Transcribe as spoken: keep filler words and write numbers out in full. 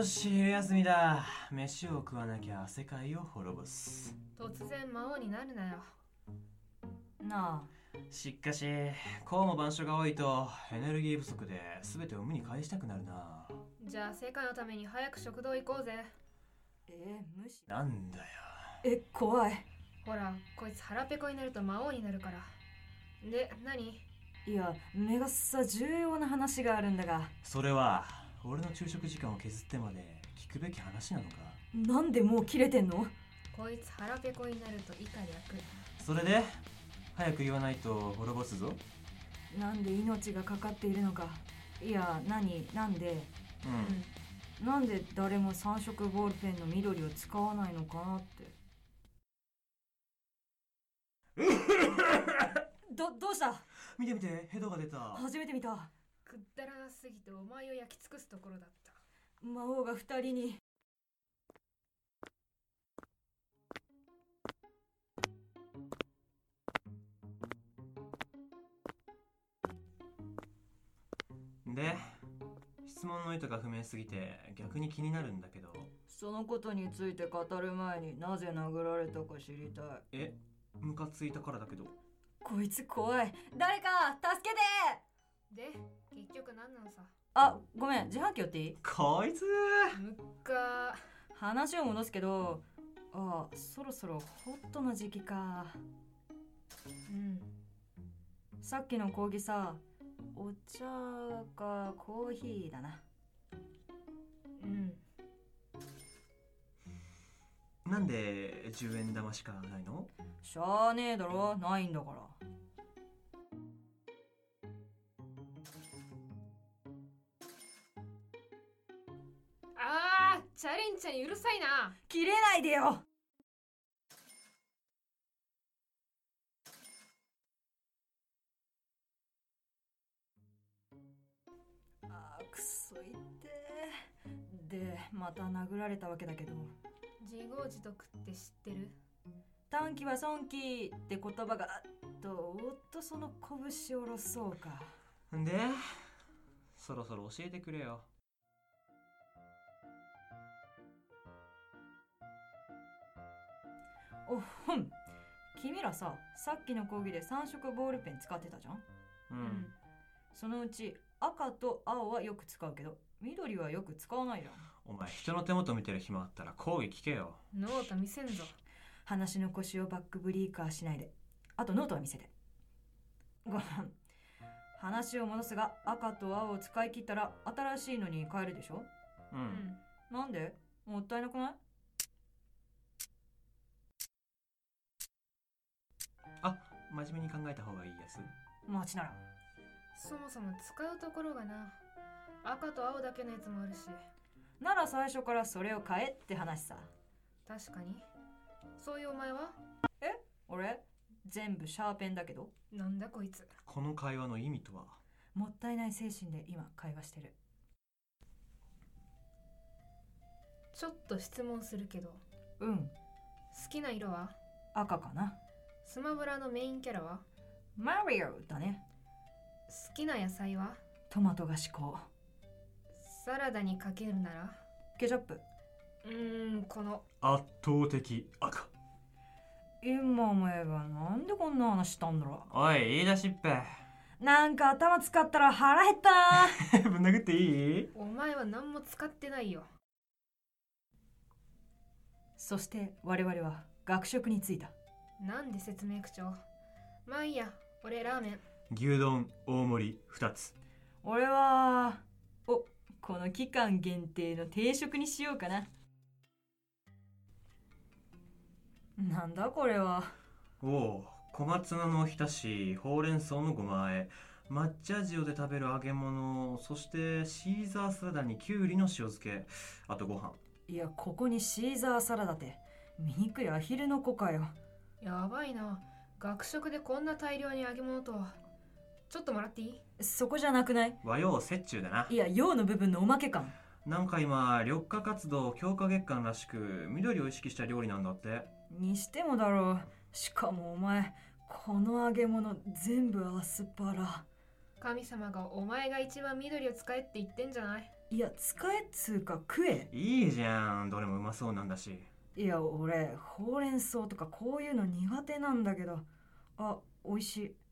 し、昼休みだ。飯を食わなきゃ世界を滅ぼす。 突然魔王になるなよ。 なあ、 しかし、こうも晩鐘が多いとエネルギー不足で全てを無に返したくなるな。 じゃあ世界のために早く食堂行こうぜ。 えー、無視。 なんだよ。 え、怖い。 ほら、こいつ腹ペコになると魔王になるから。で、何？ いや、メガさ重要な話があるんだが。 それは俺の昼食時間を削ってまで聞くべき話なのか。 なんでもう切れてんの？ こいつ腹ペコになると以下略。 それで早く言わないと滅ぼすぞ。 なんで命がかかっているのか。いや、何、なんでうん、 なんで誰も三色ボールペンの緑を使わないのかなって。ど、どうした？ 見て見て、ヘドが出た。 初めて見た。 くだらなすぎてお前を焼き尽くすところだった。 魔王が二人に。 で、質問の意図が不明すぎて逆に気になるんだけど。 そのことについて語る前になぜ殴られたか知りたい。 え、ムカついたからだけど。 こいつ怖い。誰か助けて。 で、結局何なのさ。 あ、ごめん、自販機寄っていい？ こいつむっか。 話を戻すけど、ああ、そろそろホットの時期か。 うん。 さっきの講義さ、お茶かコーヒーだな。 うん。 なんでじゅうえん玉しかないの？ しゃあねえだろ、ないんだから。 あー、チャレンジャーにうるさいな。 切れないでよ。あー、くそいってー。で、また殴られたわけだけど。 自業自得って知ってる？ 短期は損期って言葉が、どーっとその拳下ろそうか。 で、そろそろ教えてくれよ。 おほん、君らさ、さっきの講義でさん色ボールペン使ってたじゃん。 ううんん。 そのうち赤と青はよく使うけど、緑はよく使わないじゃん。 お前、人の手元見てる暇あったら講義聞けよ。 ノート見せんぞ。 話の腰をバックブリーカーしないで。あとノートは見せて。ごめん。話を戻すが、赤と青を使い切ったら新しいのに変えるでしょ。 う。 うんん。 なんで？もったいなくない？ あ、真面目に考えた方がいいやつ。 待ちなら。 そもそも使うところがな。赤と青だけのやつもあるし。 なら最初からそれを変えって話さ。 確かに。そういうお前は？ 俺全部シャーペンだけど。 なんだこいつ。 この会話の意味とは？ もったいない精神で今会話してる。 ちょっと質問するけど、 うん、 好きな色は？ 赤かな。 スマブラのメインキャラは？ マリオだね。 好きな野菜は？ トマトが至高。 サラダにかけるなら？ ケチャップ。 うーん、この圧倒的赤。 今思えばなんでこんな話したんだろおい、言い出しっぺ。 う。なんか頭使ったら腹減ったぶん殴っていい？ お前は何も使ってないよ。 そして我々は学食に着いた。 なんで説明口調？まあいいや、俺ラーメン。 牛丼大盛りふたつ。 俺はおこの期間限定の定食にしようかな。なんだこれは。 おお、小松菜のおひたし、ほうれん草のごま和え、抹茶塩で食べる揚げ物、そしてシーザーサラダにきゅうりの塩漬け、あとご飯。 いや、ここにシーザーサラダって醜いアヒルの子かよ。 やばいな。学食でこんな大量に揚げ物とは。ちょっともらっていい？ そこじゃなくない？ 和洋折衷だな。 いや、洋の部分のおまけ感。 なんか今、緑化活動強化月間らしく緑を意識した料理なんだって。 にしてもだろう。しかもお前、この揚げ物全部アスパラ。 神様がお前が一番緑を使えって言ってんじゃない？ いや使えっつうか食え。 いいじゃん、どれもうまそうなんだし。 いや俺ほうれん草とかこういうの苦手なんだけど。あ、美味しい。